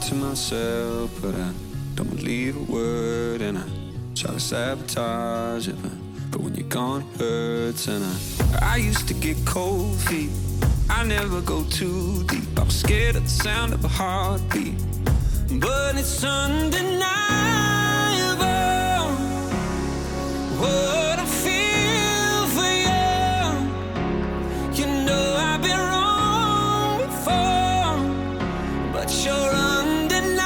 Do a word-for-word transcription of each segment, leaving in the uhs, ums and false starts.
to myself, but I don't leave a word, and I try to sabotage it, but, but when you're gone it hurts. And I, I used to get cold feet, I never go too deep. I was scared of the sound of a heartbeat, but it's undeniable what I feel for you. You know I've been wrong before, but you're undeniable.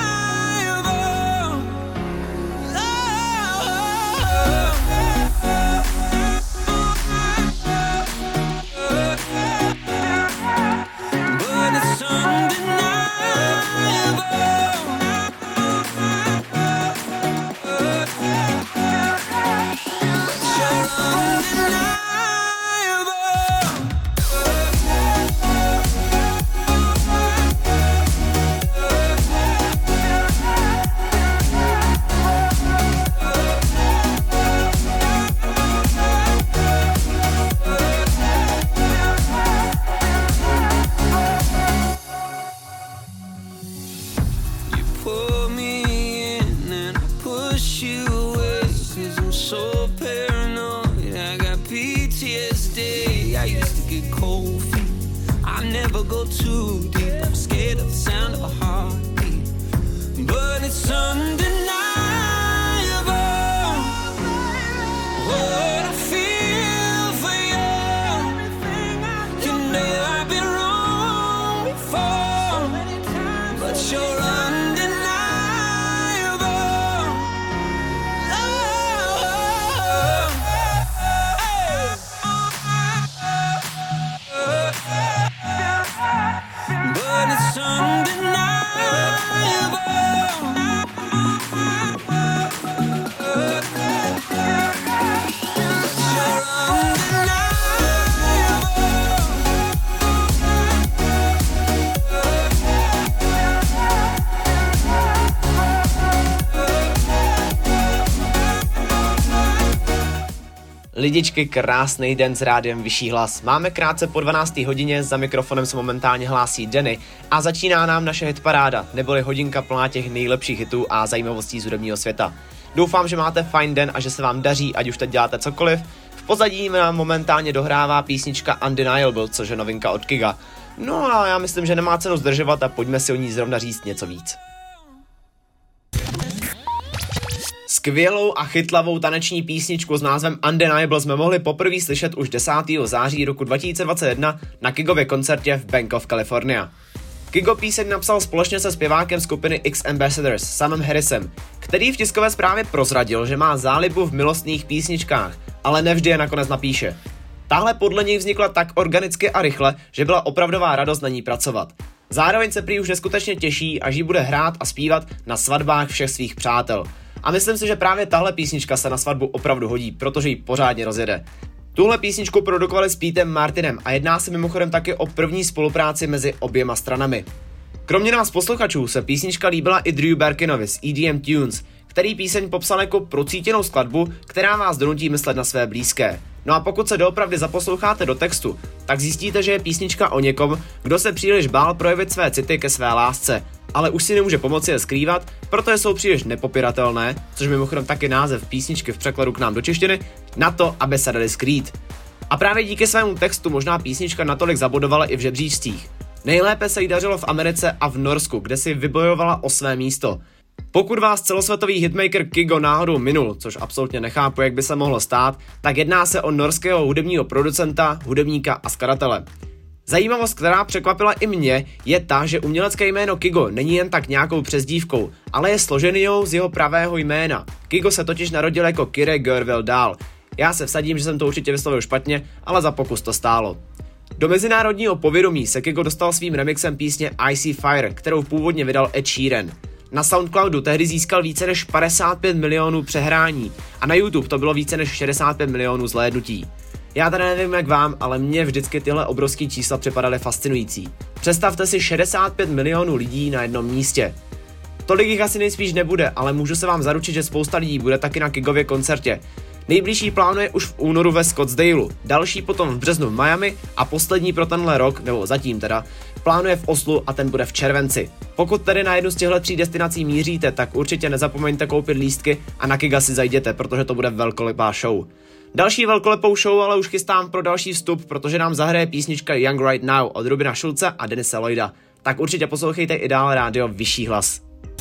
But it's undeniable. Go too deep, I'm scared of the sound of a heartbeat, but it's undeniable what I feel for you. You know I've been wrong before, but you're undeniable. But it's undeniable. Lidičky, krásný den s rádiem Vyšší hlas. Máme krátce po dvanácté hodině, za mikrofonem se momentálně hlásí Denny a začíná nám naše hitparáda, neboli hodinka plná těch nejlepších hitů a zajímavostí z hudebního světa. Doufám, že máte fajn den a že se vám daří, ať už teď děláte cokoliv. V pozadí nám momentálně dohrává písnička Undeniable, což je novinka od Kiga. No a já myslím, že nemá cenu zdržovat a pojďme si o ní zrovna říct něco víc. Skvělou a chytlavou taneční písničku s názvem Undeniable jsme mohli poprvé slyšet už desátého září roku dva tisíce dvacet jedna na Kigově koncertě v Bank of California. Kigo píseň napsal společně se zpěvákem skupiny X Ambassadors Samem Harrisem, který v tiskové zprávě prozradil, že má zálibu v milostných písničkách, ale nevždy je nakonec napíše. Tahle podle něj vznikla tak organicky a rychle, že byla opravdová radost na ní pracovat. Zároveň se prý už neskutečně těší, až ji bude hrát a zpívat na svatbách všech svých přátel. A myslím si, že právě tahle písnička se na svatbu opravdu hodí, protože ji pořádně rozjede. Tuhle písničku produkovali s Petem Martinem a jedná se mimochodem taky o první spolupráci mezi oběma stranami. Kromě nás posluchačů se písnička líbila i Drew Barkinovi z E D M Tunes, který píseň popsal jako procítěnou skladbu, která vás donutí myslet na své blízké. No a pokud se doopravdy zaposloucháte do textu, tak zjistíte, že je písnička o někom, kdo se příliš bál projevit své city ke své lásce, ale už si nemůže pomoci je skrývat, protože jsou příliš nepopiratelné, což mimochodem taky název písničky v překladu k nám do češtiny, na to, aby se dali skrýt. A právě díky svému textu možná písnička natolik zabodovala i v žebříčcích. Nejlépe se jí dařilo v Americe a v Norsku, kde si vybojovala o své místo. Pokud vás celosvětový hitmaker Kigo náhodou minul, což absolutně nechápu, jak by se mohlo stát, tak jedná se o norského hudebního producenta, hudebníka a skladatele. Zajímavost, která překvapila i mě, je ta, že umělecké jméno Kigo není jen tak nějakou přezdívkou, ale je složený z jeho pravého jména. Kigo se totiž narodil jako Kire Görvel Dahl. Já se vsadím, že jsem to určitě vyslovil špatně, ale za pokus to stálo. Do mezinárodního povědomí se Kigo dostal svým remixem písně I See Fire, kterou původně vydal Ed Sheeran. Na Soundcloudu tehdy získal více než padesát pět milionů přehrání a na YouTube to bylo více než šedesát pět milionů zhlédnutí. Já teda nevím jak vám, ale mně vždycky tyhle obrovský čísla připadaly fascinující. Představte si šedesát pět milionů lidí na jednom místě. Tolik jich asi nejspíš nebude, ale můžu se vám zaručit, že spousta lidí bude taky na Kigově koncertě. Nejbližší plánuje už v únoru ve Scottsdaleu, další potom v březnu v Miami a poslední pro tenhle rok, nebo zatím teda, plánuje v Oslu a ten bude v červenci. Pokud tedy na jednu z těchto tří destinací míříte, tak určitě nezapomeňte koupit lístky a na Kiga si zajděte, protože to bude velkolepá show. Další velkolepou show ale už chystám pro další vstup, protože nám zahraje písnička Young Right Now od Robina Schulze a Denise Lloyda. Tak určitě poslouchejte i dál rádio Vyšší hlas.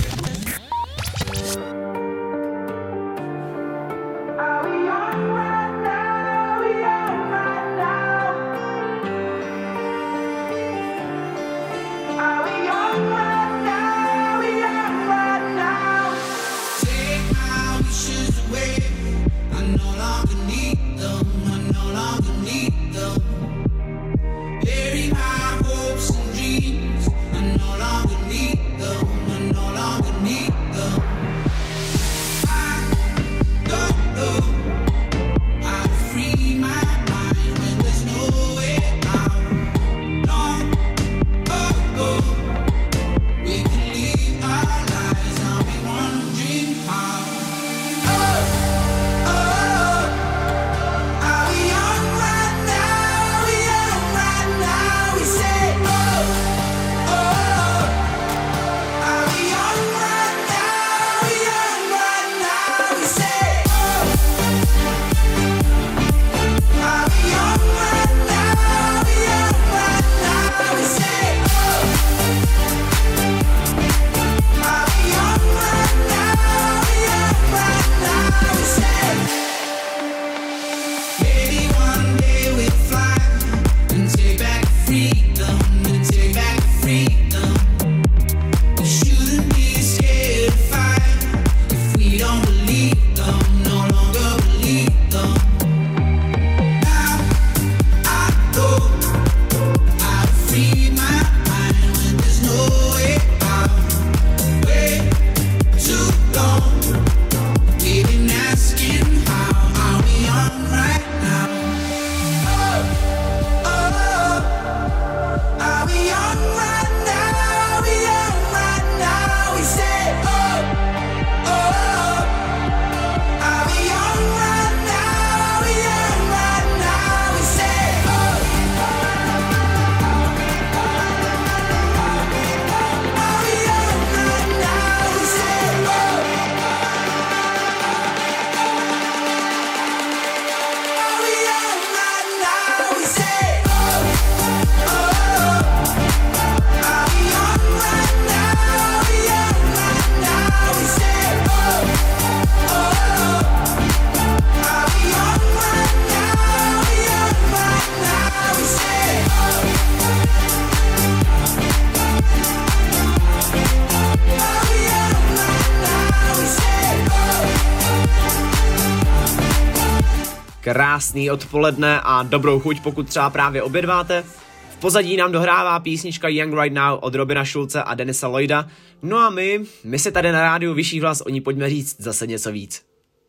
Krásný odpoledne a dobrou chuť, pokud třeba právě obědváte. V pozadí nám dohrává písnička Young Right Now od Robina Schulze a Denise Lloyda. No a my, my se tady na rádiu Vyšší hlas o ní pojďme říct zase něco víc.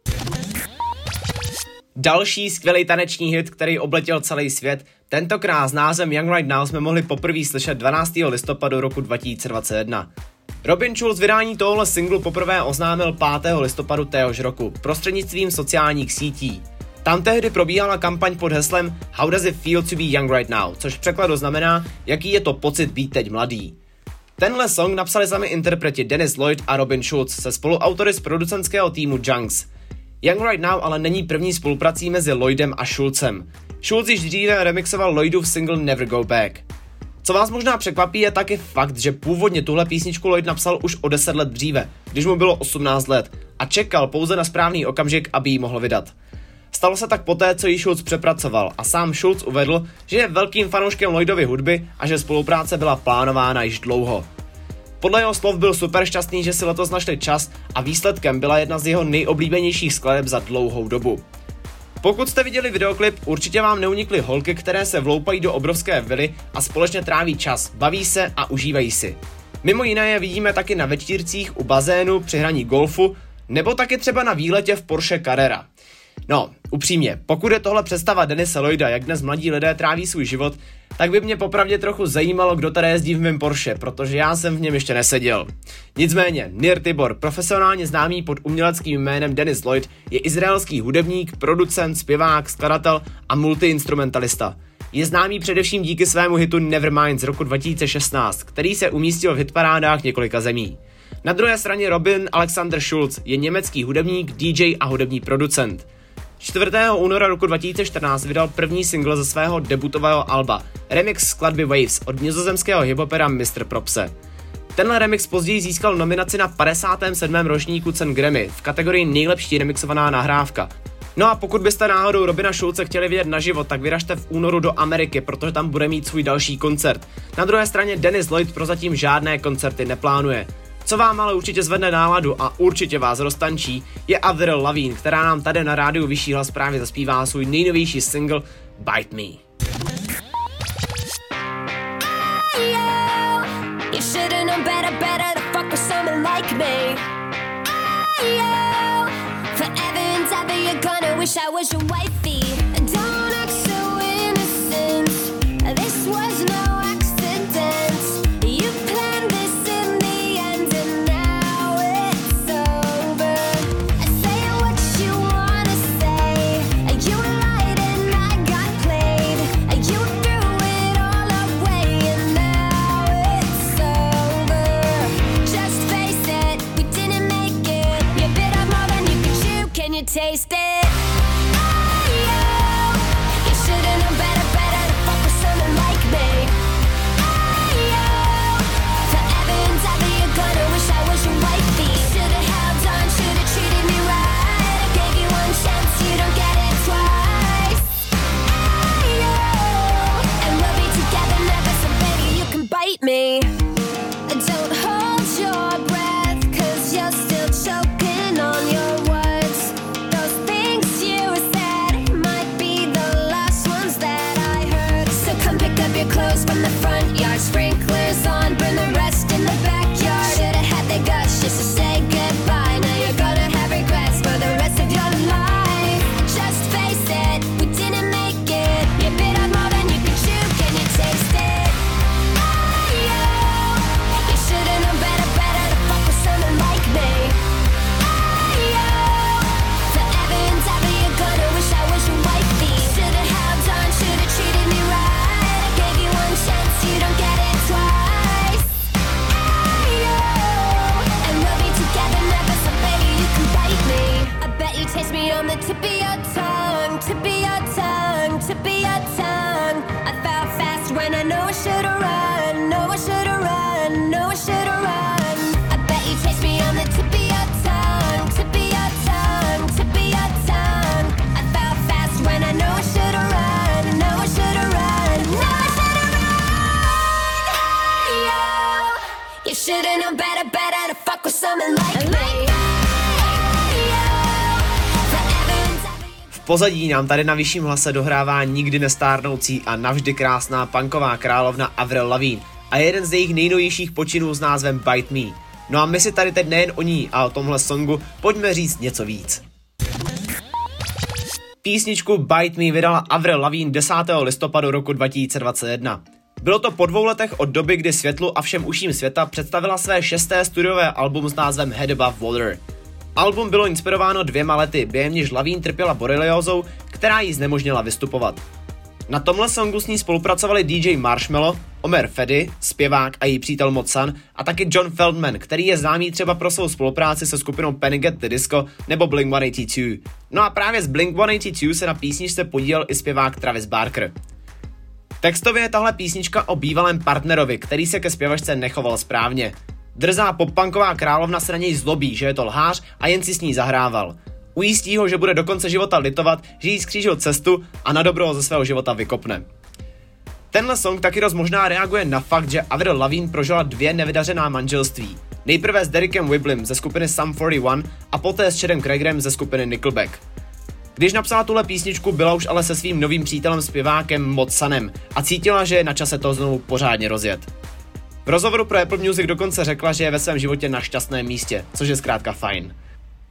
Další skvělý taneční hit, který obletěl celý svět, tentokrát s názvem Young Right Now jsme mohli poprvé slyšet dvanáctého listopadu roku dva tisíce dvacet jedna. Robin Schulz vydání tohohle singlu poprvé oznámil pátého listopadu téhož roku prostřednictvím sociálních sítí. Tam tehdy probíhala kampaň pod heslem How does it feel to be young right now, což v překladu znamená, jaký je to pocit být teď mladý. Tenhle song napsali sami interpreti Denise Lloyd a Robin Schulz se spoluautory z producentského týmu Junks. Young Right Now ale není první spoluprací mezi Lloydem a Schulzem. Schulz již dříve remixoval Lloydův single Never Go Back. Co vás možná překvapí je taky fakt, že původně tuhle písničku Lloyd napsal už o deset let dříve, když mu bylo osmnáct let a čekal pouze na správný okamžik, aby ji mohl vydat. Stalo se tak poté, co ji Schulz přepracoval a sám Schulz uvedl, že je velkým fanouškem Lloydovy hudby a že spolupráce byla plánována již dlouho. Podle jeho slov byl super šťastný, že si letos našli čas a výsledkem byla jedna z jeho nejoblíbenějších skladeb za dlouhou dobu. Pokud jste viděli videoklip, určitě vám neunikly holky, které se vloupají do obrovské vily a společně tráví čas, baví se a užívají si. Mimo jiné je vidíme taky na večírcích, u bazénu, při hraní golfu, nebo taky třeba na výletě v Porsche Carrera. No, upřímně, pokud je tohle představa Dennise Lloyda, jak dnes mladí lidé tráví svůj život, tak by mě popravdě trochu zajímalo, kdo tady jezdí v mém Porsche, protože já jsem v něm ještě neseděl. Nicméně, Nir Tibor, profesionálně známý pod uměleckým jménem Dennise Lloyd, je izraelský hudebník, producent, zpěvák, skladatel a multiinstrumentalista. Je známý především díky svému hitu Nevermind z roku dva tisíce šestnáct, který se umístil v hitparádách několika zemí. Na druhé straně Robin Alexander Schulz je německý hudebník, D J a hudební producent. čtvrtého února roku dva tisíce čtrnáct vydal první single ze svého debutového alba, remix skladby Waves od nizozemského hiphopera mister Propse. Tenhle remix později získal nominaci na padesátém sedmém ročníku cen Grammy v kategorii nejlepší remixovaná nahrávka. No a pokud byste náhodou Robina Schulze chtěli vidět naživo, tak vyražte v únoru do Ameriky, protože tam bude mít svůj další koncert. Na druhé straně Dennise Lloyd prozatím žádné koncerty neplánuje. Co vám ale určitě zvedne náladu a určitě vás roztančí, je Avril Lavigne, která nám tady na rádiu Vyšší hlas právě zaspívá svůj nejnovější single Bite Me. Taste it. Oh, yeah. You should've known better, better to fuck with someone like me. Oh, yeah. Forever and ever you're gonna wish I was your wifey. Should've held on, should've treated me right. I gave you one chance, you don't get it twice. Oh, yeah. And we'll be together never, so baby you can bite me. Don't hold your breath, cause you're still choking on your words. Clothes from the front yard, sprinklers on, burn the rest in the backyard. Should've had the guts just to say goodbye. Now you're gonna have regrets for the rest of your life. Just face it, we didn't make it. You bit off more than you could chew, can you taste it? Oh, yeah. You should've known better, better to fuck with someone like me. Oh, yeah. Forever and ever you're gonna wish I was your wifey. Should've held on, should've treated me right. Chance you don't get it twice. Oh, and we'll be together never, so baby you can bite me. I bet you taste me on the tip of your tongue, tip of your tongue, tip of your tongue. I fell fast when I know I should've run, know I should've run, know I should've run. I bet you taste me on the tip of your tongue, tip of your tongue, tip of your tongue. I fell fast when I know I should've run, know I should've run, know I should've. You should've known better, better to fuck with someone like me. V pozadí nám tady na Vyšším hlase dohrává nikdy nestárnoucí a navždy krásná punková královna Avril Lavigne a jeden z jejich nejnovějších počinů s názvem Bite Me. No a my si tady teď nejen o ní a o tomhle songu pojďme říct něco víc. Písničku Bite Me vydala Avril Lavigne desátého listopadu roku dva tisíce dvacet jedna. Bylo to po dvou letech od doby, kdy světlu a všem uším světa představila své šesté studiové album s názvem Head Above Water. Album bylo inspirováno dvěma lety, během něž Lavigne trpěla boreliózou, která jí znemožnila vystupovat. Na tomhle songu s ní spolupracovali D J Marshmello, Omer Fedy, zpěvák a její přítel Mod Sun a taky John Feldman, který je známý třeba pro svou spolupráci se skupinou Panic! At the Disco nebo Blink sto osmdesát dva. No a právě z Blink sto osmdesát dva se na písničce podílel i zpěvák Travis Barker. Textově je tahle písnička o bývalém partnerovi, který se ke zpěvačce nechoval správně. Drzá poppunková královna se na něj zlobí, že je to lhář a jen si s ní zahrával. Ujistí ho, že bude do konce života litovat, že jí skřížil cestu a na dobro ho ze svého života vykopne. Tenhle song taky dost možná reaguje na fakt, že Avril Lavigne prožila dvě nevydařená manželství. Nejprve s Derekem Whiblem ze skupiny Sum čtyřicet jedna a poté s Chadem Kragerem ze skupiny Nickelback. Když napsala tuhle písničku, byla už ale se svým novým přítelem zpěvákem Mod Sunem a cítila, že je na čase to znovu pořádně rozjet. V rozhovoru pro Apple Music dokonce řekla, že je ve svém životě na šťastném místě, což je zkrátka fajn.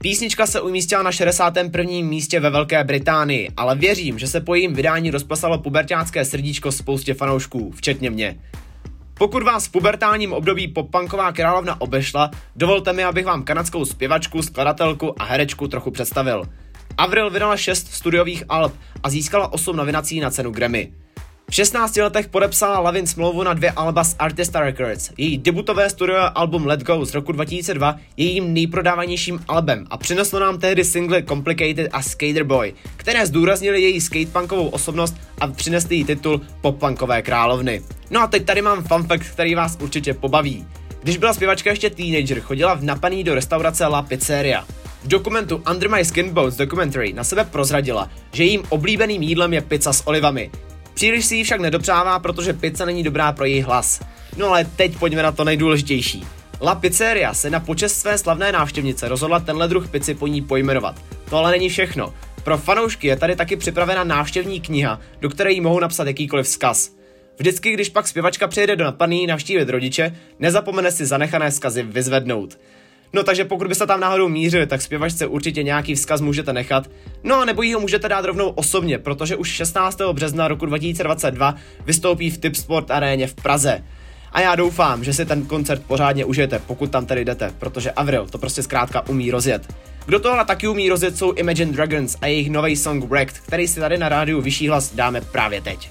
Písnička se umístila na šedesátém prvním místě ve Velké Británii, ale věřím, že se po jejím vydání rozplesalo puberťácké srdíčko spoustě fanoušků, včetně mě. Pokud vás v pubertálním období pop-punková královna obešla, dovolte mi, abych vám kanadskou zpěvačku, skladatelku a herečku trochu představil. Avril vydala šest studiových alb a získala osm nominací na cenu Grammy. V šestnácti letech podepsala Lavin smlouvu na dvě alba s Arista Records. Její debutové studiové album Let Go z roku dva tisíce dva je jejím nejprodávanějším albem a přineslo nám tehdy singly Complicated a Skater Boy, které zdůraznily její skatepunkovou osobnost a přinesly jí titul pop-punkové královny. No a teď tady mám fun fact, který vás určitě pobaví. Když byla zpěvačka ještě teenager, chodila v napaný do restaurace La Pizzeria. V dokumentu Under My Skin Bones Documentary na sebe prozradila, že jejím oblíbeným jídlem je pizza s olivami. Příliš si ji však nedopřává, protože pizza není dobrá pro její hlas. No ale teď pojďme na to nejdůležitější. La Pizzeria se na počest své slavné návštěvnice rozhodla tenhle druh pizzy po ní pojmenovat. To ale není všechno. Pro fanoušky je tady taky připravena návštěvní kniha, do které jí mohou napsat jakýkoliv vzkaz. Vždycky, když pak zpěvačka přijede do napadný navštívit rodiče, nezapomene si zanechané vzkazy vyzvednout. No takže pokud byste tam náhodou mířili, tak zpěvačce určitě nějaký vzkaz můžete nechat. No a nebo jí ho můžete dát rovnou osobně, protože už šestnáctého března roku dva tisíce dvacet dva vystoupí v Tipsport aréně v Praze. A já doufám, že si ten koncert pořádně užijete, pokud tam tedy jdete, protože Avril to prostě zkrátka umí rozjet. Kdo tohle taky umí rozjet, jsou Imagine Dragons a jejich nový song Wrecked, který si tady na rádiu Vyšší hlas dáme právě teď.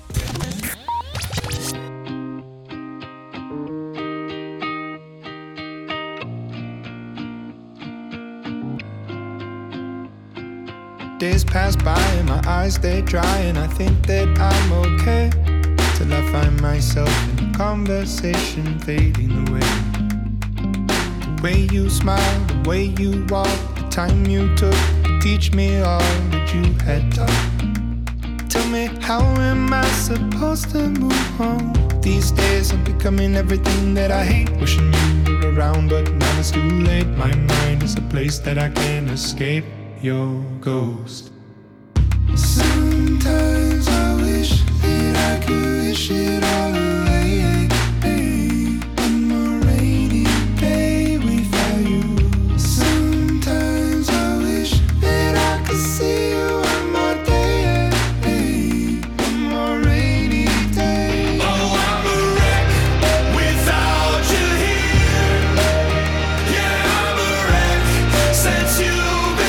Days pass by and my eyes they dry and I think that I'm okay till I find myself in a conversation fading away. The way you smile, the way you walk, the time you took to teach me all that you had taught. Tell me, how am I supposed to move on? These days I'm becoming everything that I hate. Wishing you were around but now it's too late. My mind is a place that I can't escape. Your ghost. Sometimes I wish that I could wish it all away. One more rainy day without you. Sometimes I wish that I could see you one more day. One more rainy day. Oh, I'm a wreck without you here. Yeah, I'm a wreck since you.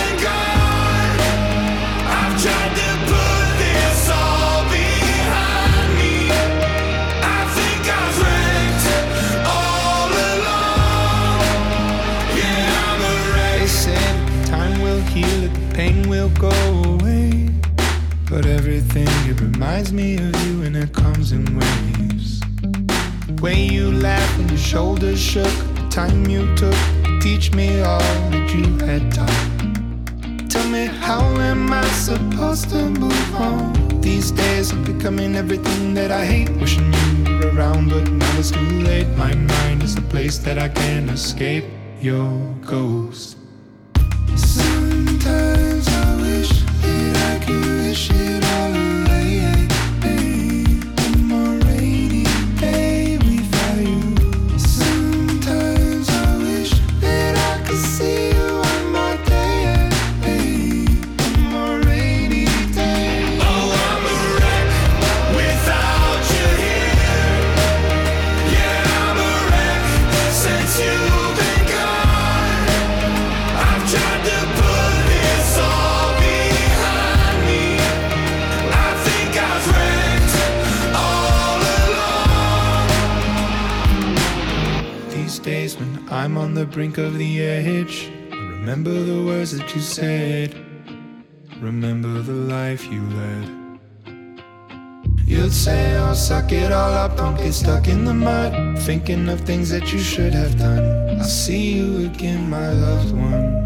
Tried to put this all behind me. I think I've wrecked all along. Yeah, I'm a wreck. They said time will heal it, the pain will go away. But everything, it reminds me of you and it comes in waves. The way you laughed when your shoulders shook, the time you took to teach me all that you had taught. Tell me, how am I supposed to move on? These days I'm becoming everything that I hate. Wishing you were around but now it's too late. My mind is the place that I can't escape. Your ghost. Sometimes I wish that I could wish it all away. One more rainy day without you. Sometimes I wish that I could see you one more day. Days when I'm on the brink of the edge, I remember the words that you said, remember the life you led. You'd say, oh, suck it all up, don't get stuck in the mud, thinking of things that you should have done. I'll see you again, my loved one.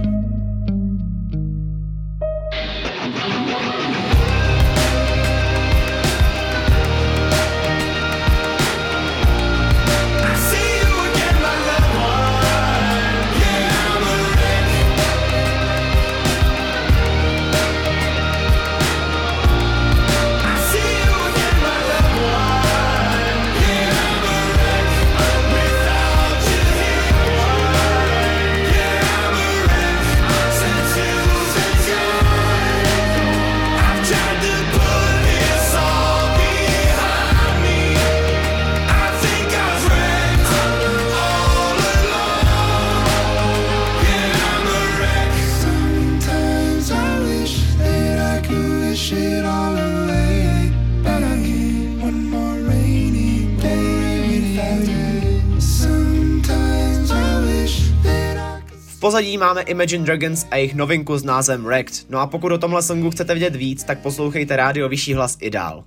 pozadí máme Imagine Dragons a jejich novinku s názvem Wrecked. No a pokud o tomhle songu chcete vědět víc, tak poslouchejte rádio Vyšší hlas i dál.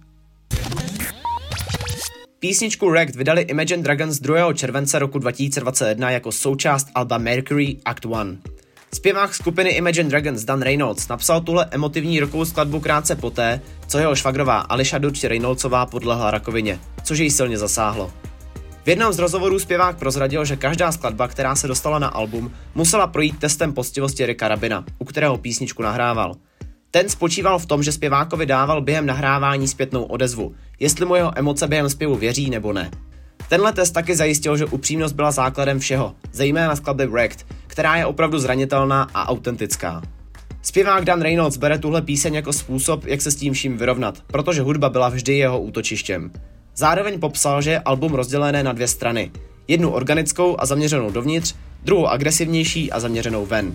Písničku Wrecked vydali Imagine Dragons druhého července roku dva tisíce dvacet jedna jako součást alba Mercury Act one. Zpěvák skupiny Imagine Dragons Dan Reynolds napsal tuhle emotivní rockovou skladbu krátce poté, co jeho švagrová Alisha Dutch Reynoldsová podlehla rakovině, což jej silně zasáhlo. V jednom z rozhovorů zpěvák prozradil, že každá skladba, která se dostala na album, musela projít testem poctivosti Ricka Rabina, u kterého písničku nahrával. Ten spočíval v tom, že zpěvákovi dával během nahrávání zpětnou odezvu, jestli mu jeho emoce během zpěvu věří nebo ne. Tenhle test taky zajistil, že upřímnost byla základem všeho, zejména skladby Wrecked, která je opravdu zranitelná a autentická. Zpěvák Dan Reynolds bere tuhle píseň jako způsob, jak se s tím vším vyrovnat, protože hudba byla vždy jeho útočištěm. Zároveň popsal, že je album rozdělené na dvě strany. Jednu organickou a zaměřenou dovnitř, druhou agresivnější a zaměřenou ven.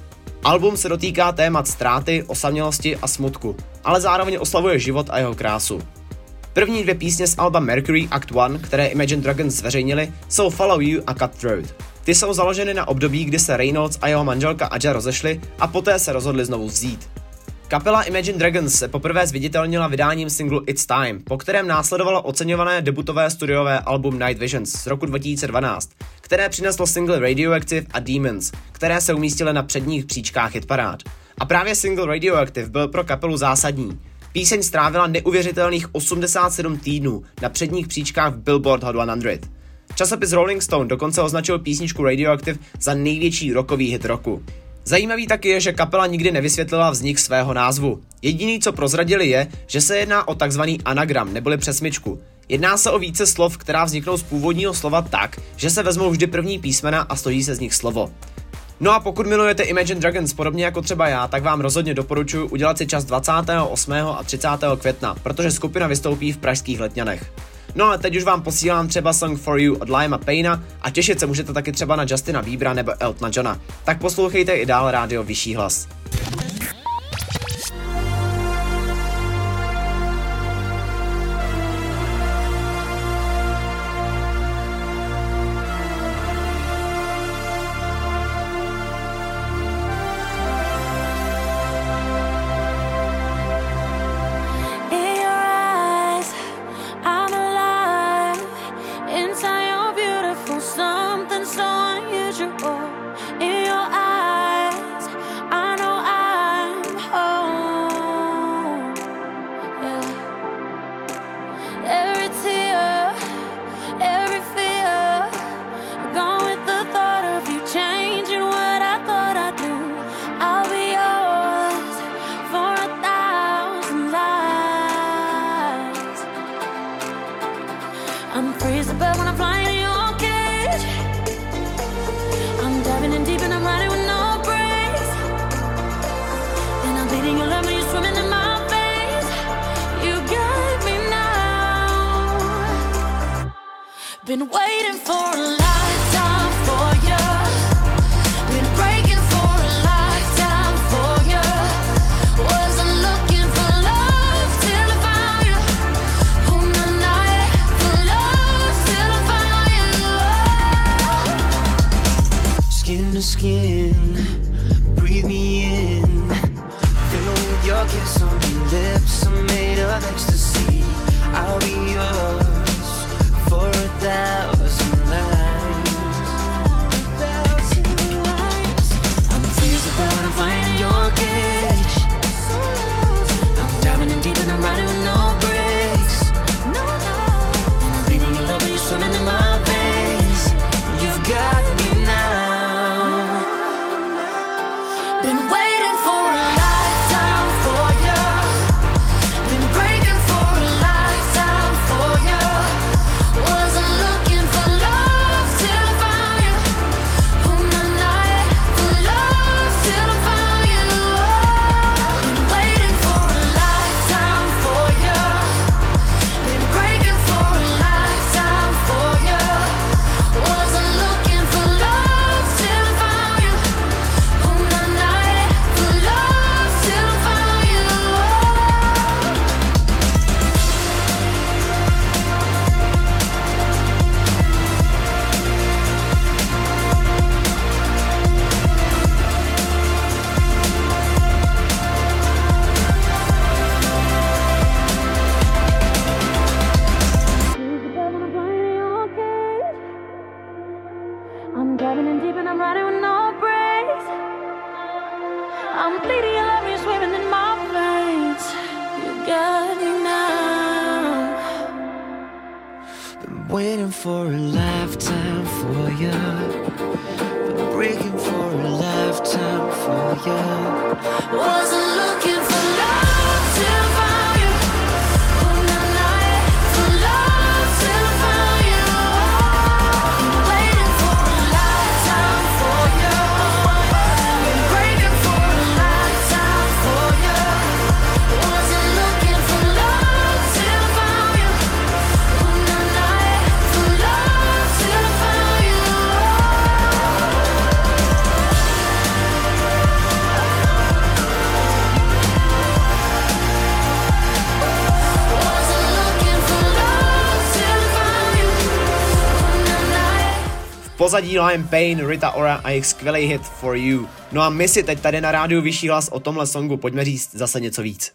Album se dotýká témat ztráty, osamělosti a smutku, ale zároveň oslavuje život a jeho krásu. První dvě písně z alba Mercury Act one, které Imagine Dragons zveřejnili, jsou Follow You a Cutthroat. Ty jsou založeny na období, kdy se Reynolds a jeho manželka Aja rozešli a poté se rozhodli znovu vzít. Kapela Imagine Dragons se poprvé zviditelnila vydáním singlu It's Time, po kterém následovalo oceňované debutové studiové album Night Visions z roku dva tisíce dvanáct, které přineslo single Radioactive a Demons, které se umístily na předních příčkách hitparád. A právě single Radioactive byl pro kapelu zásadní. Píseň strávila neuvěřitelných osmdesát sedm týdnů na předních příčkách v Billboard Hot sto. Časopis Rolling Stone dokonce označil písničku Radioactive za největší rockový hit roku. Zajímavý taky je, že kapela nikdy nevysvětlila vznik svého názvu. Jediný, co prozradili, je, že se jedná o takzvaný anagram neboli přesmyčku. Jedná se o více slov, která vzniknou z původního slova tak, že se vezmou vždy první písmena a stojí se z nich slovo. No a pokud milujete Imagine Dragons podobně jako třeba já, tak vám rozhodně doporučuji udělat si čas dvacátého osmého a třicátého května, protože skupina vystoupí v pražských Letňanech. No a teď už vám posílám třeba Song for You od Liama Payna a těšit se můžete taky třeba na Justina Biebera nebo Eltona Johna. Tak poslouchejte i dál rádio Vyšší hlas. I'm freezing above when I'm flying in your cage. I'm diving in deep and I'm riding with no brakes. And I'm bleeding your love when you're swimming in my face. You got me now. Been waiting for a lifetime for you. Been breaking for a lifetime for you. Wasn't looking for love till I found you. On the night for love till I found you. Skin to skin, breathe me in. Fill with your kiss on your lips, I'm made of ecstasy. I'll be yours for a thousand lives. I'm freezing but I'm flying in your cage. I'm diving in deep and I'm riding with no brakes. And I'm bleeding your love when you're swimming in my veins. You've got me now. Been waiting for a lifetime for you. Been breaking for a lifetime for you. waiting for a lifetime for you. Been breaking for a lifetime for you. Wasn't looking for love till I found you. All night for love till I found you. Been waiting for a lifetime for you. Been breaking for a lifetime for you. Wasn't looking for love till I found you. All night for love till I found you. V pozadí Liam Payne, Rita Ora a jejich skvělý hit For You. No a my si teď tady na rádiu Vyšší hlas o tomhle songu pojďme říct zase něco víc.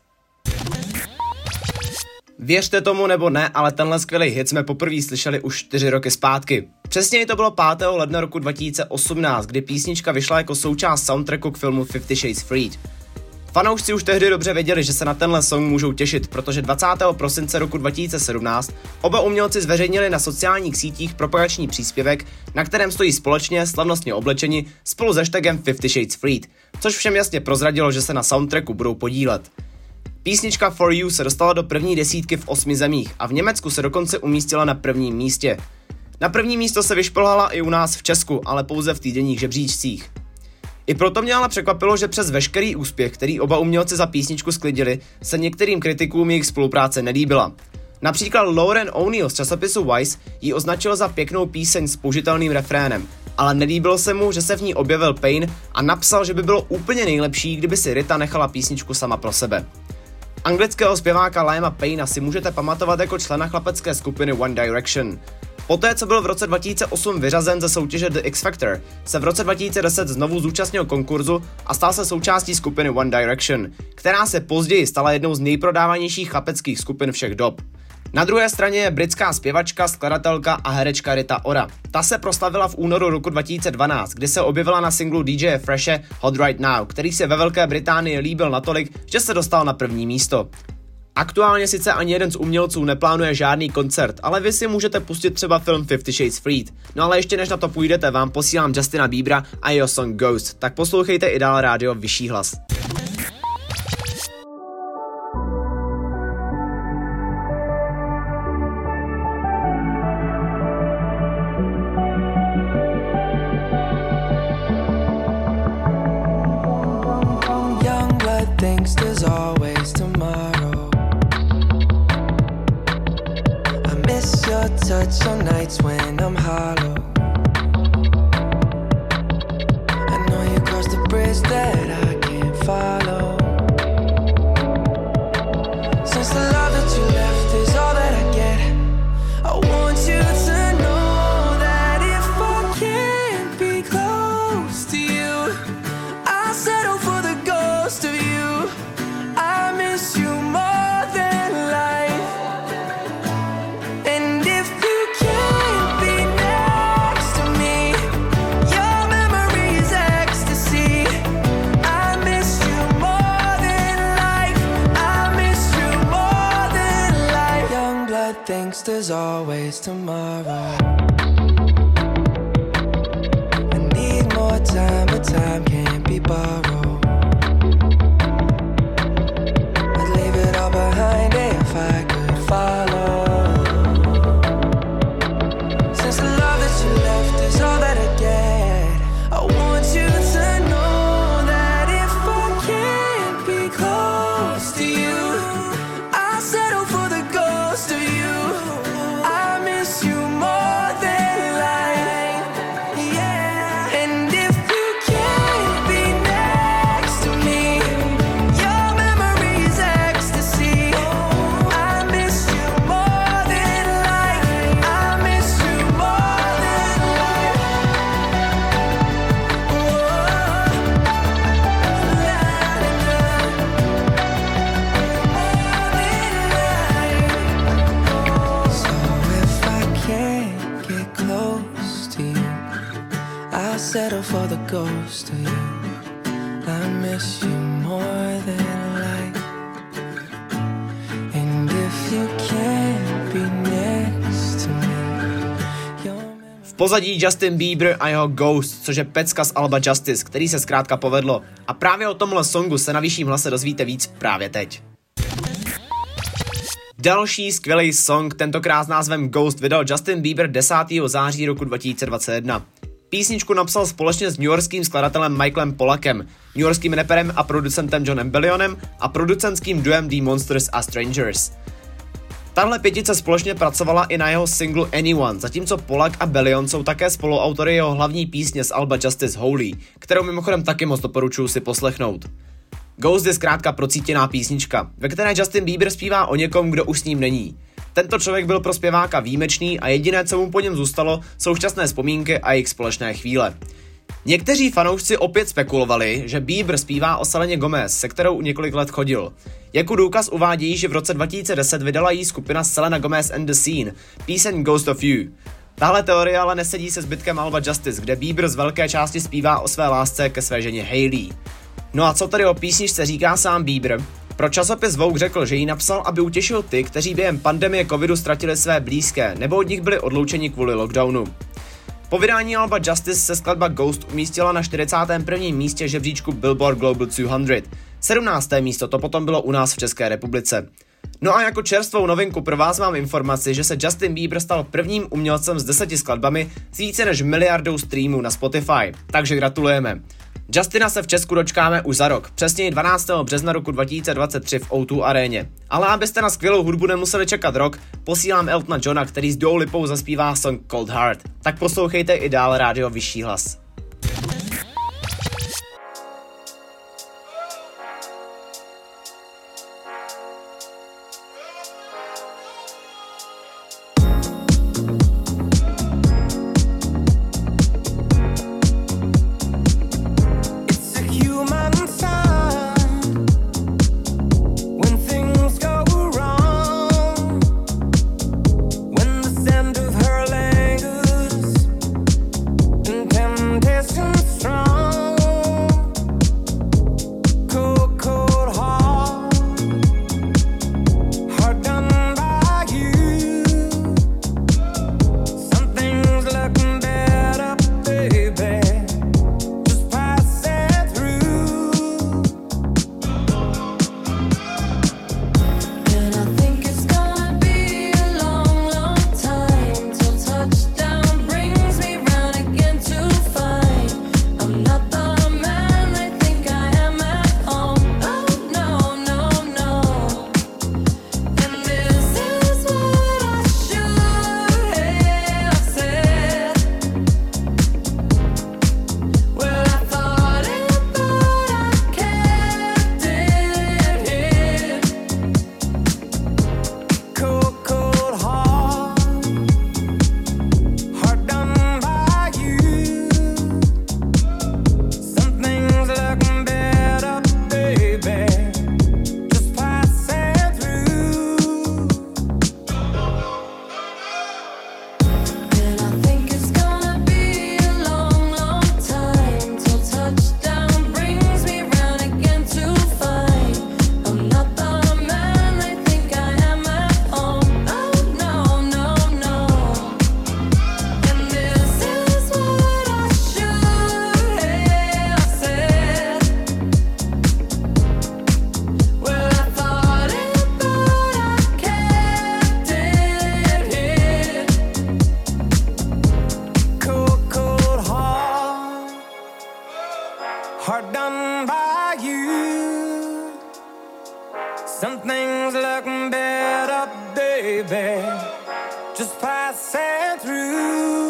Věřte tomu nebo ne, ale tenhle skvělý hit jsme poprvé slyšeli už čtyři roky zpátky. Přesněji to bylo pátého ledna roku dva tisíce osmnáct, kdy písnička vyšla jako součást soundtracku k filmu Fifty Shades Freed. Fanoušci už tehdy dobře věděli, že se na tenhle song můžou těšit, protože dvacátého prosince roku dva tisíce sedmnáct oba umělci zveřejnili na sociálních sítích propagační příspěvek, na kterém stojí společně, slavnostně oblečeni, spolu s hashtagem Fifty Shades Freed, což všem jasně prozradilo, že se na soundtracku budou podílet. Písnička For You se dostala do první desítky v osmi zemích a v Německu se dokonce umístila na prvním místě. Na první místo se vyšplhala i u nás v Česku, ale pouze v týdenních žebříčcích. I proto mě ale překvapilo, že přes veškerý úspěch, který oba umělci za písničku sklidili, se některým kritikům jejich spolupráce nelíbila. Například Lauren O'Neill z časopisu Vice ji označil za pěknou píseň s použitelným refrénem, ale nelíbilo se mu, že se v ní objevil Payne a napsal, že by bylo úplně nejlepší, kdyby si Rita nechala písničku sama pro sebe. Anglického zpěváka Liama Payna si můžete pamatovat jako člena chlapecké skupiny One Direction. Poté, co byl v roce dva tisíce osm vyřazen ze soutěže The X Factor, se v roce dva tisíce deset znovu zúčastnil konkurzu a stal se součástí skupiny One Direction, která se později stala jednou z nejprodávanějších chlapeckých skupin všech dob. Na druhé straně je britská zpěvačka, skladatelka a herečka Rita Ora. Ta se proslavila v únoru roku dva tisíce dvanáct, kdy se objevila na singlu D J Freshe Hot Right Now, který se ve Velké Británii líbil natolik, že se dostal na první místo. Aktuálně sice ani jeden z umělců neplánuje žádný koncert, ale vy si můžete pustit třeba film Fifty Shades Freed. No ale ještě než na to půjdete, vám posílám Justina Biebera a jeho song Ghost, tak poslouchejte i dál rádio Vyšší hlas. Young blood thinks there's always tomorrow. I miss your touch on nights when I'm hollow. I know you crossed the bridge that I can't follow. Since the love that you left is all that I get, I want you to know that if I can't be close to you, I'll settle for the ghost of you. I miss you more than life. And if you can't be next to me, your memory is ecstasy. I miss you more than life. I miss you more than life. Young blood thinks there's always tomorrow. I need more time, but time can't be borrowed. I'd leave it all behind if I could follow. Since the love that you left is all that I get, I want you to know that if I can't be close to you, I'll settle for the ghost of you. I miss you more than life. Yeah. And if you can't be next to me, your memory is ecstasy. I miss you more than life. I miss you more than life. So if I can't get close to you, I'll settle for the ghost of you. I miss you more than life. And if you can't be next to me, pozadí Justin Bieber a jeho Ghost, což je pecka z alba Justice, který se zkrátka povedlo. A právě o tomhle songu se na vyšším hlase dozvíte víc právě teď. Další skvělý song, tentokrát s názvem Ghost, vydal Justin Bieber desátého září roku dva tisíce dvacet jedna. Písničku napsal společně s newyorským skladatelem Michaelem Pollackem, newyorským rapperem a producentem Johnem Bellionem a producentským duem The Monsters a Strangers. Tahle pětice společně pracovala i na jeho singlu Anyone, zatímco Pollack a Bellion jsou také spoluautory jeho hlavní písně z alba Justice Holy, kterou mimochodem taky moc doporučuji si poslechnout. Ghost je zkrátka procítěná písnička, ve které Justin Bieber zpívá o někom, kdo už s ním není. Tento člověk byl pro zpěváka výjimečný a jediné, co mu po něm zůstalo, jsou šťastné vzpomínky a jejich společné chvíle. Někteří fanoušci opět spekulovali, že Bieber zpívá o Seleně Gomez, se kterou několik let chodil. Jako důkaz uvádějí, že v roce dva tisíce deset vydala jí skupina Selena Gomez and the Scene píseň Ghost of You. Tahle teorie ale nesedí se zbytkem alba Justice, kde Bieber z velké části zpívá o své lásce ke své ženě Hailey. No a co tady o písničce říká sám Bieber? Pro časopis Vogue řekl, že ji napsal, aby utěšil ty, kteří během pandemie covidu ztratili své blízké, nebo od nich byli odloučeni kvůli lockdownu. Po vydání alba Justice se skladba Ghost umístila na čtyřicátém prvním místě žebříčku Billboard Global dvě stě. sedmnácté místo to potom bylo u nás v České republice. No a jako čerstvou novinku pro vás mám informaci, že se Justin Bieber stal prvním umělcem s deseti skladbami s více než miliardou streamů na Spotify, takže gratulujeme. Justina se v Česku dočkáme už za rok, přesněji dvanáctého března roku dva tisíce dvacet tři v ó dva aréně. Ale abyste na skvělou hudbu nemuseli čekat rok, posílám Eltona Johna, který s Dua Lipou zaspívá song Cold Heart. Tak poslouchejte i dál rádio Vyšší hlas. Hard done by you. Something's looking better, baby. Just passing through.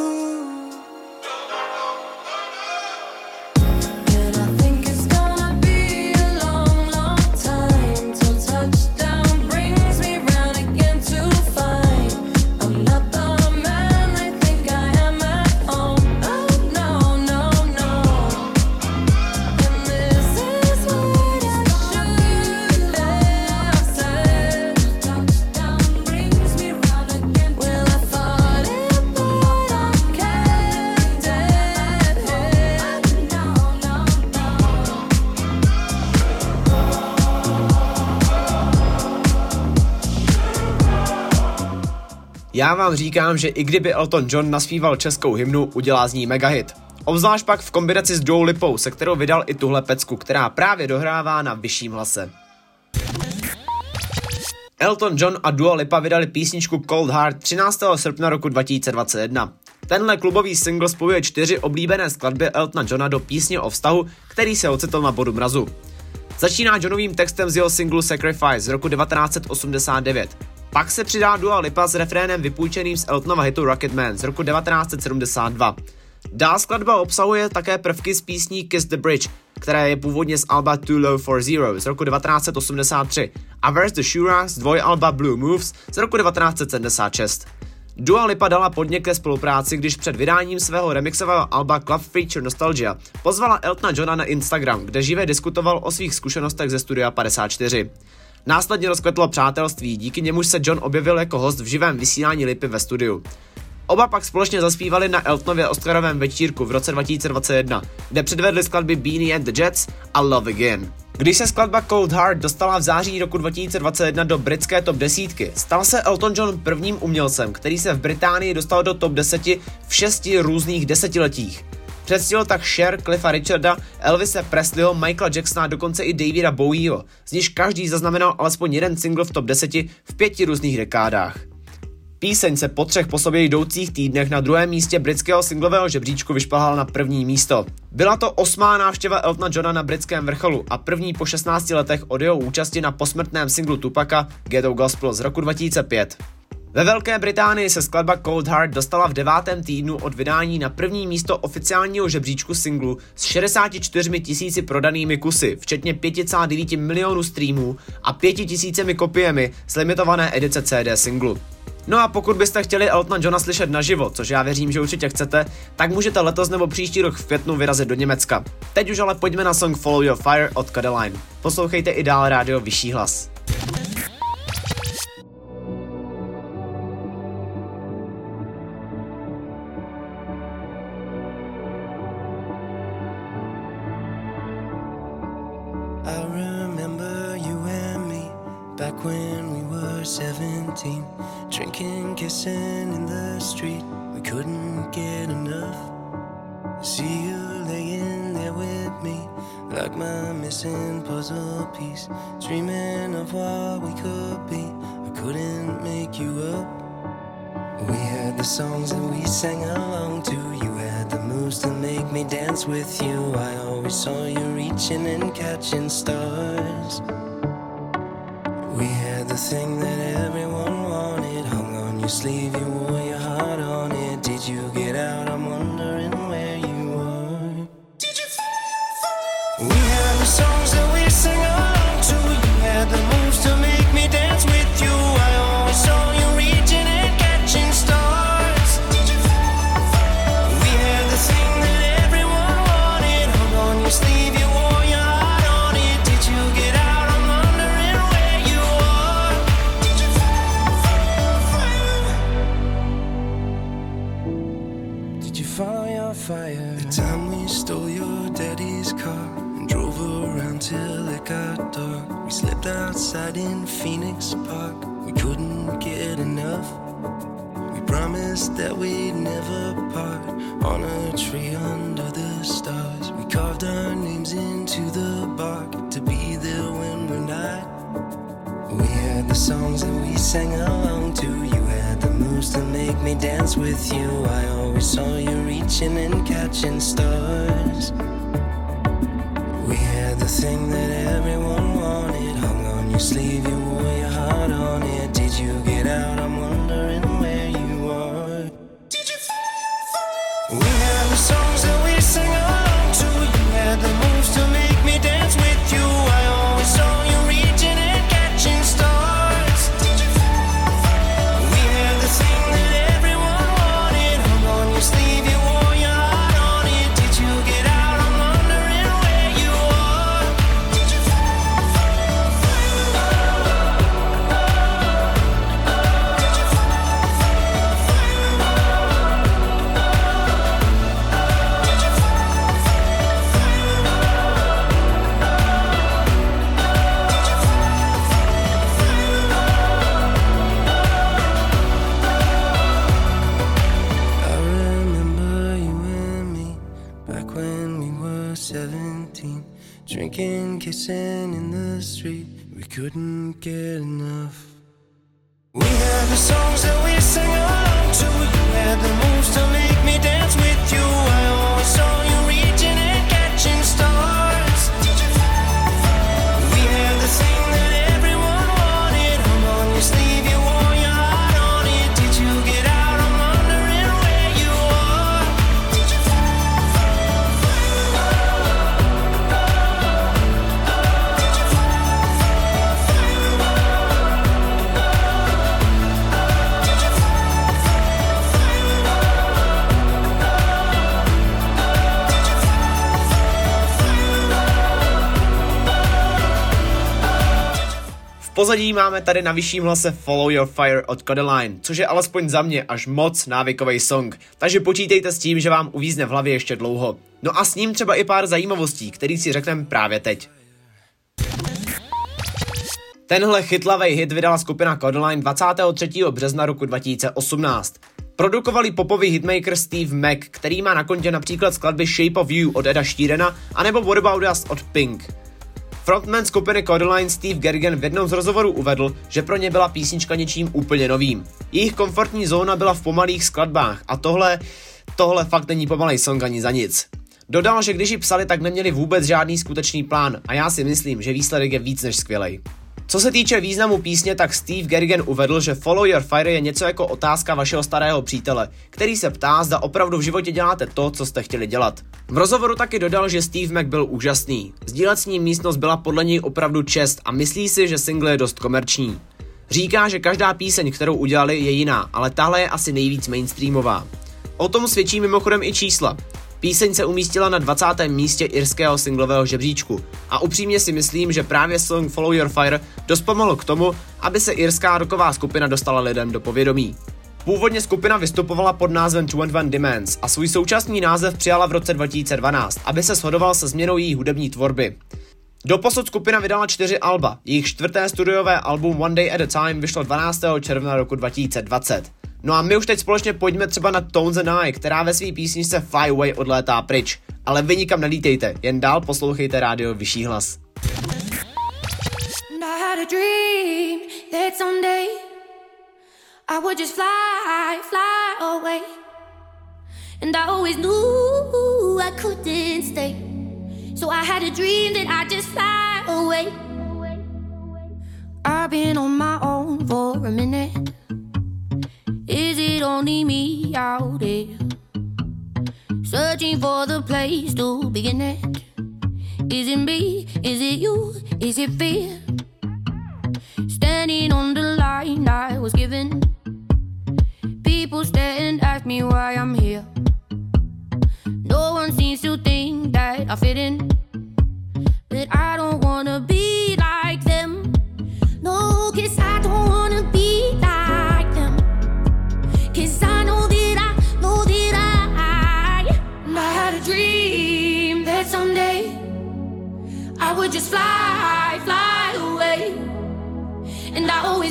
And I think it's gonna be a long, long time till touchdown brings me round again to find I'm not the man they think I am at home. Oh no, no, no. And this is what I should have said. Touchdown brings me round again Já vám říkám, že i kdyby Elton John naspíval českou hymnu, udělá z ní megahit. Obzvlášť pak v kombinaci s Dua Lipou, se kterou vydal i tuhle pecku, která právě dohrává na vyšším hlase. Elton John a Dua Lipa vydali písničku Cold Heart třináctého srpna roku dva tisíce dvacet jedna. Tenhle klubový single spojuje čtyři oblíbené skladby Eltona Johna do písně o vztahu, který se ocitl na bodu mrazu. Začíná Johnovým textem z jeho singlu Sacrifice z roku devatenáct set osmdesát devět. Pak se přidá Dua Lipa s refrénem vypůjčeným z Eltonova hitu Rocket Man z roku devatenáct set sedmdesát dva. Dál skladba obsahuje také prvky z písní Kiss the Bridge, která je původně z alba Too Low for Zero z roku devatenáct set osmdesát tři a Where's the Shura z dvojalba Blue Moves z roku devatenáct set sedmdesát šest. Dua Lipa dala podnět ke spolupráci, když před vydáním svého remixového alba Club Feature Nostalgia pozvala Eltona Johna na Instagram, kde živě diskutoval o svých zkušenostech ze Studia padesát čtyři. Následně rozkvetlo přátelství, díky němuž se John objevil jako host v živém vysílání Lipy ve studiu. Oba pak společně zaspívali na Eltonově Oscarovém večírku v roce dva tisíce dvacet jedna, kde předvedli skladby Beanie and the Jets a Love Again. Když se skladba Cold Heart dostala v září roku dva tisíce dvacet jedna do britské top desítky, stal se Elton John prvním umělcem, který se v Británii dostal do top deseti v šesti různých desetiletích. Předstihl tak Cher, Cliffa Richarda, Elvise Presleyho, Michaela Jacksona a dokonce i Davida Bowieho, z nichž každý zaznamenal alespoň jeden single v top deseti v pěti různých dekádách. Píseň se po třech po sobě jdoucích týdnech na druhém místě britského singlového žebříčku vyšplhala na první místo. Byla to osmá návštěva Eltona Johna na britském vrcholu a první po šestnácti letech od jeho účasti na posmrtném singlu Tupaca Ghetto Gospel z roku dva tisíce pět. Ve Velké Británii se skladba Cold Heart dostala v devátém týdnu od vydání na první místo oficiálního žebříčku singlu s šedesáti čtyřmi tisíci prodanými kusy, včetně pěti celá devěti milionů streamů a pěti tisícemi kopiemi z limitované edice C D singlu. No a pokud byste chtěli Eltona Johna slyšet naživo, což já věřím, že určitě chcete, tak můžete letos nebo příští rok v květnu vyrazit do Německa. Teď už ale pojďme na song Follow Your Fire od Cadeline. Poslouchejte i dál rádio Vyšší hlas. I remember you and me back when we were seventeen, drinking, kissing in the street. We couldn't get enough. See you laying there with me, like my missing puzzle piece, dreaming of what we could be. I couldn't make you up. We had the songs that we sang along to. You had the moves to make me dance with you. I always saw you reaching and catching stars. We had the thing that everyone wanted, hung on your sleeve, you wore your heart on it. Did you get out? I'm wondering where you are. Did you fall? We had the songs that we sang along to. You had the moves to make me dance with you. I always saw you reaching and catching stars. Did you fall? We had the thing that everyone wanted, hung on your sleeve, you wore your heart on it. Did you get out? I'm wondering where you are. Did you fall? Did you follow your fire? The time we stole your daddy's car and drove around till it got dark. We slept outside in Phoenix Park. We couldn't get enough. We promised that we'd never part. On a tree under the stars, we carved our names into the bark to be there when we're not. We had the songs that we sang along to. You had the moves to make me dance with you. I always saw you reaching and catching stars. We had the thing that everyone wanted, hung on your sleeve, you wore your heart on it. Did you get out? I'm wondering where you are. Did you fall? We had the songs that we sang along to. You had the moves to make me dance with you. I always saw you reaching and catching stars. Did you fall? We had the thing that everyone wanted, hung on your sleeve, you wore your heart on it. Did you get out? I'm wondering where you are. Did you fall? kissing in the street, we couldn't get enough. We had the songs that we sang along to, you had the moves to make me dance with you. I always saw you reaching and catching stars. We had the thing that everyone wanted, hung on your sleeve, you wore your heart on it. Did you get out? I'm wondering where you are. Did you fall, fall, fall? Did you fall, fall, fall? Did you fall, fall, V pozadí máme tady na vyšším hlase Follow Your Fire od Kodaline, což je alespoň za mě až moc návykový song, takže počítejte s tím, že vám uvízne v hlavě ještě dlouho. No a s ním třeba i pár zajímavostí, který si řekneme právě teď. Tenhle chytlavej hit vydala skupina Kodaline dvacátého třetího března roku dva tisíce osmnáct. Produkovali popový hitmaker Steve Mac, který má na kontě například skladby Shape of You od Eda Sheerana anebo What About Us od Pink. Frontman skupiny Kodaline Steve Gergen v jednom z rozhovorů uvedl, že pro ně byla písnička něčím úplně novým. Jejich komfortní zóna byla v pomalých skladbách a tohle, tohle fakt není pomalej song ani za nic. Dodal, že když ji psali, tak neměli vůbec žádný skutečný plán a já si myslím, že výsledek je víc než skvělej. Co se týče významu písně, tak Steve Gergen uvedl, že Follow Your Fire je něco jako otázka vašeho starého přítele, který se ptá, zda opravdu v životě děláte to, co jste chtěli dělat. V rozhovoru taky dodal, že Steve Mac byl úžasný. Sdílet s ním místnost byla podle něj opravdu čest a myslí si, že single je dost komerční. Říká, že každá píseň, kterou udělali, je jiná, ale tahle je asi nejvíc mainstreamová. O tom svědčí mimochodem i čísla. Píseň se umístila na dvacátém místě irského singlového žebříčku a upřímně si myslím, že právě song Follow Your Fire dost pomohl k tomu, aby se irská rocková skupina dostala lidem do povědomí. Původně skupina vystupovala pod názvem dvacet jedna Demands a svůj současný název přijala v roce dva tisíce dvanáct, aby se shodoval se změnou její hudební tvorby. Doposud skupina vydala čtyři alba, jejich čtvrté studiové album One Day at a Time vyšlo dvanáctého června roku dva tisíce dvacet. No a my už teď společně pojďme třeba na Tones and I, která ve své písničce Fly Away odlétá pryč. Ale vy nikam nelítejte, jen dál poslouchejte rádio Vyšší hlas. And I had a dream that someday I would just fly, fly away. And I always knew I couldn't stay. So I had a dream that I'd just fly away. I've been on my own for a minute. Is it only me out there? Searching for the place to begin it. Is it me? Is it you? Is it fear? Standing on the line I was given. People stare and ask me why I'm here. No one seems to think that I fit in. But I don't wanna be like them. No, 'cause I don't wanna be like them. 'Cause I know that I, know that I, and I had a dream that someday I would just fly, fly away. And I always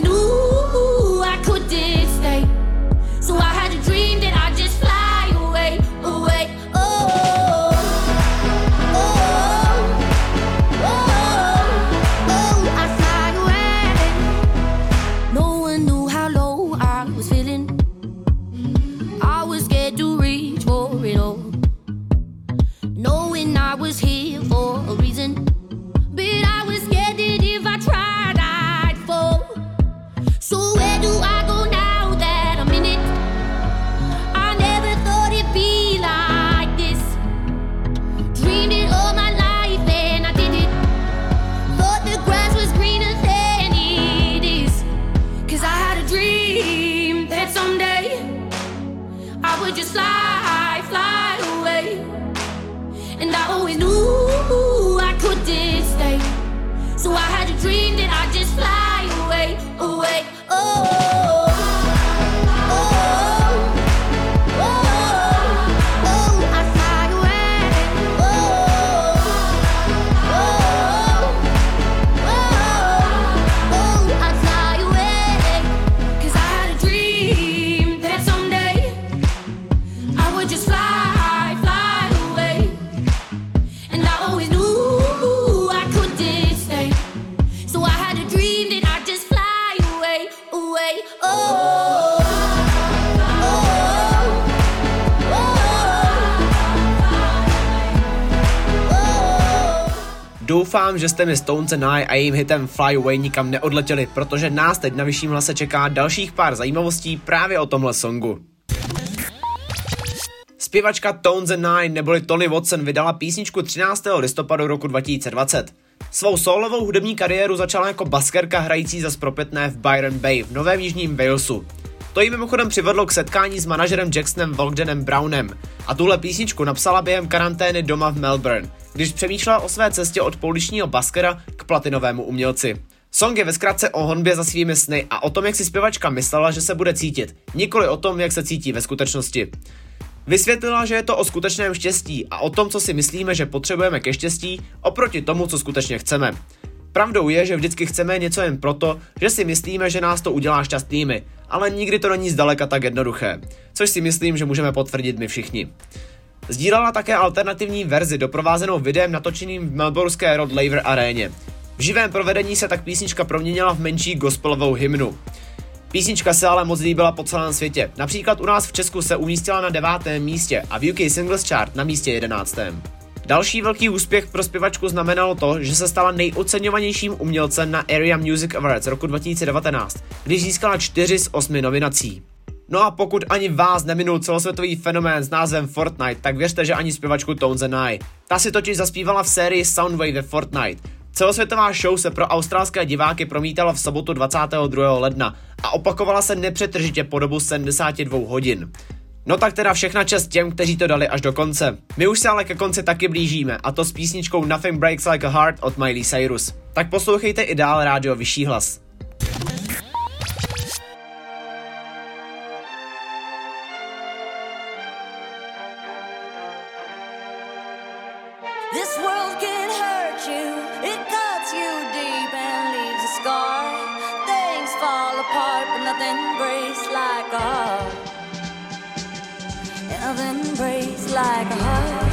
say, oh, oh, oh, oh. Doufám, že jste mi Stones and I a jejím hitem Fly Away nikam neodletěli, protože nás teď na Vyšším hlase čeká dalších pár zajímavostí právě o tomhle songu. Zpěvačka Tones and I neboli Toni Watson vydala písničku třináctého listopadu roku dva tisíce dvacet. Svou solovou hudební kariéru začala jako baskerka hrající za spropětné v Byron Bay v Novém Jižním Walesu. To jí mimochodem přivedlo k setkání s manažerem Jacksonem Wolfganem Brownem a tuhle písničku napsala během karantény doma v Melbourne, když přemýšlela o své cestě od pouličního baskera k platinovému umělci. Song je ve zkratce o honbě za svými sny a o tom, jak si zpěvačka myslela, že se bude cítit, nikoli o tom, jak se cítí ve skutečnosti. Vysvětlila, že je to o skutečném štěstí a o tom, co si myslíme, že potřebujeme ke štěstí, oproti tomu, co skutečně chceme. Pravdou je, že vždycky chceme něco jen proto, že si myslíme, že nás to udělá šťastnými, ale nikdy to není zdaleka tak jednoduché, což si myslím, že můžeme potvrdit my všichni. Sdílela také alternativní verzi doprovázenou videem natočeným v melbourneské Rod Laver aréně. V živém provedení se tak písnička proměnila v menší gospelovou hymnu. Písnička se ale moc líbila po celém světě. Například u nás v Česku se umístila na devátém místě a v U K Singles Chart na místě jedenáctém. Další velký úspěch pro zpěvačku znamenalo to, že se stala nejoceňovanějším umělcem na Area Music Awards roku dva tisíce devatenáct, když získala čtyři z osmi nominací. No a pokud ani vás neminul celosvětový fenomén s názvem Fortnite, tak věřte, že ani zpěvačku Tones and I. Ta si totiž zaspívala v sérii Soundwave ve Fortnite. Celosvětová show se pro australské diváky promítala v sobotu dvacátého druhého ledna a opakovala se nepřetržitě po dobu sedmdesáti dvou hodin. No tak teda všechna čest těm, kteří to dali až do konce. My už se ale ke konci taky blížíme, a to s písničkou Nothing Breaks Like a Heart od Miley Cyrus. Tak poslouchejte i dál rádio Vyšší hlas. This world can hurt you, it cuts you deep and leaves a scar. Things fall apart, but nothing breaks like a heart. Nothing breaks like a heart.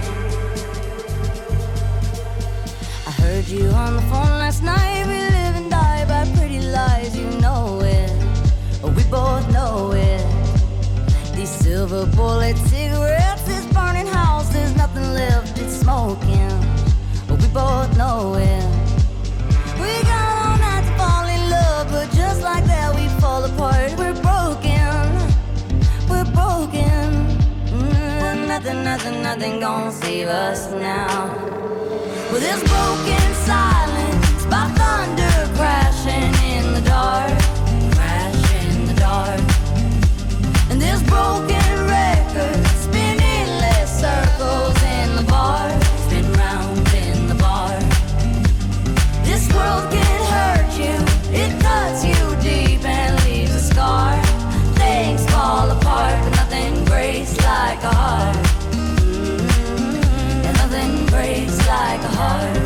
I heard you on the phone last night. We live and die by pretty lies, you know it. We both know it. These silver bullet cigarettes, this burning house, there's nothing left, it's smoking. We both know it. We got all night to fall in love, but just like that we fall apart. We're broken, we're broken. Mm, nothing, nothing, nothing gonna save us now. With this broken silence, by thunder crashing in the dark, crash in the dark. And this broken record spinning less circles in the bar, spin round in the bar. This world can hurt you, it cuts you deep and leaves a scar. Things fall apart, but nothing breaks like a heart. Mm-hmm. And nothing breaks like a heart.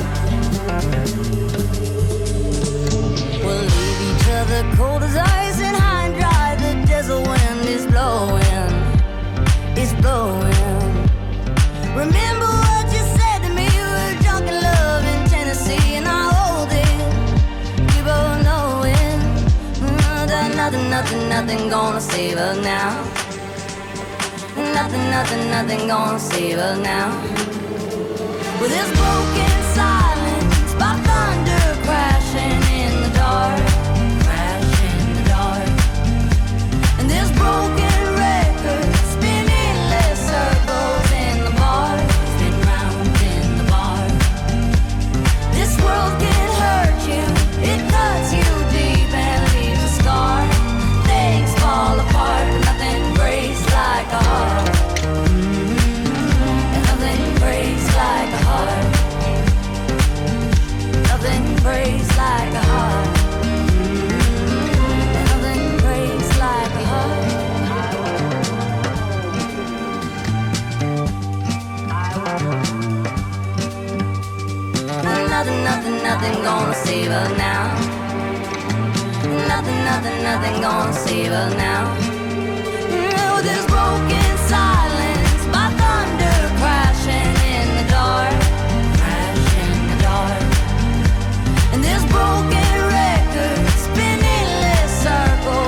We'll leave each other cold as ice and high and dry. The desert wind is blowing, it's blowing. Remember what you said to me, we were drunk in love in Tennessee, and I hold it, we both know it. Mm, that nothing, nothing, nothing gonna save us now. Nothing, nothing, nothing gonna save us now. With this broken silence, by thunder crashing in the dark, crash in the dark. And this broken record spinning less circles in the bar, spin round in the bar. This world can hurt you, it cuts you deep and leaves a scar. Things fall apart, but nothing breaks like a heart. Mm-hmm. And nothing breaks like a heart. Nothing breaks like a heart. Mm-hmm. And nothing breaks like a heart. Nothing, nothing, nothing gonna save us now. Nothing, nothing, nothing gonna save us now. With this broken silence, by thunder crashing in the dark, crash in the dark. And this broken record spinning less circles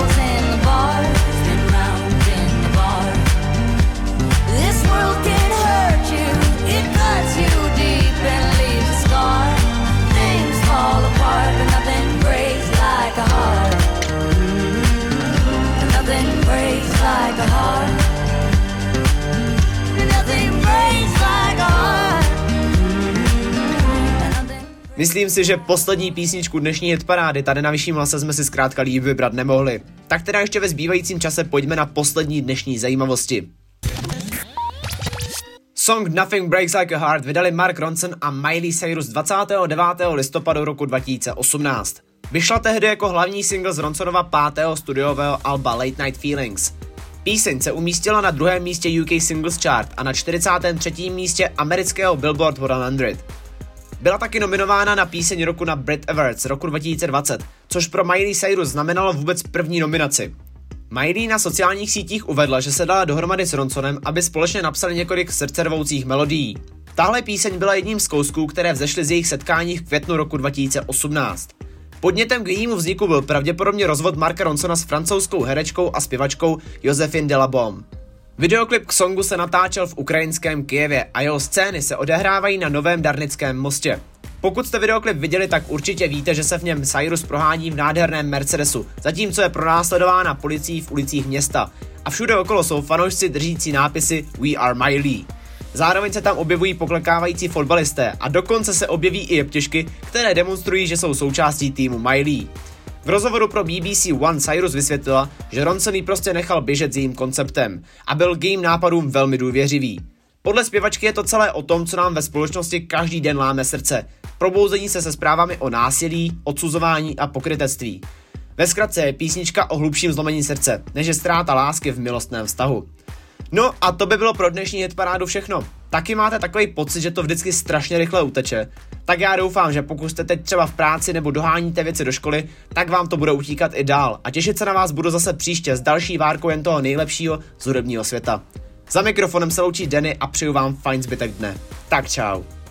Myslím si, že poslední písničku dnešní hitparády tady na Vyšším hlase jsme si zkrátka líp vybrat nemohli. Tak teda ještě ve zbývajícím čase pojďme na poslední dnešní zajímavosti. Song Nothing Breaks Like a Heart vydali Mark Ronson a Miley Cyrus dvacátého devátého listopadu roku dva tisíce osmnáct. Vyšla tehdy jako hlavní single z Ronsonova pátého studiového alba Late Night Feelings. Píseň se umístila na druhém místě U K Singles Chart a na čtyřicátém třetím místě amerického Billboard sto. Byla taky nominována na píseň roku na Brit Awards roku dva tisíce dvacet, což pro Miley Cyrus znamenalo vůbec první nominaci. Miley na sociálních sítích uvedla, že se dala dohromady s Ronsonem, aby společně napsali několik srdcervoucích melodií. Tahle píseň byla jedním z kousků, které vzešly z jejich setkání v květnu roku dva tisíce osmnáct. Podnětem k jejímu vzniku byl pravděpodobně rozvod Marka Ronsona s francouzskou herečkou a zpěvačkou Josephine Delabaume. Videoklip k songu se natáčel v ukrajinském Kyjevě a jeho scény se odehrávají na Novém Darnickém mostě. Pokud jste videoklip viděli, tak určitě víte, že se v něm Cyrus prohání v nádherném Mercedesu, zatímco je pronásledována policií v ulicích města. A všude okolo jsou fanoušci držící nápisy We are Miley. Zároveň se tam objevují poklekávající fotbalisté a dokonce se objeví i jeptišky, které demonstrují, že jsou součástí týmu Miley. V rozhovoru pro B B C One Cyrus vysvětlila, že Ronson jí prostě nechal běžet s jejím konceptem a byl k jejím nápadům velmi důvěřivý. Podle zpěvačky je to celé o tom, co nám ve společnosti každý den láme srdce. Probouzení se se zprávami o násilí, odsuzování a pokrytectví. Ve zkratce je písnička o hlubším zlomení srdce, než je ztráta lásky v milostném vztahu. No a to by bylo pro dnešní hitparádu všechno. Taky máte takový pocit, že to vždycky strašně rychle uteče? Tak já doufám, že pokud jste teď třeba v práci nebo doháníte věci do školy, tak vám to bude utíkat i dál a těšit se na vás budu zase příště s další várkou jen toho nejlepšího z hudebního světa. Za mikrofonem se loučí Denny a přeju vám fajn zbytek dne. Tak čau.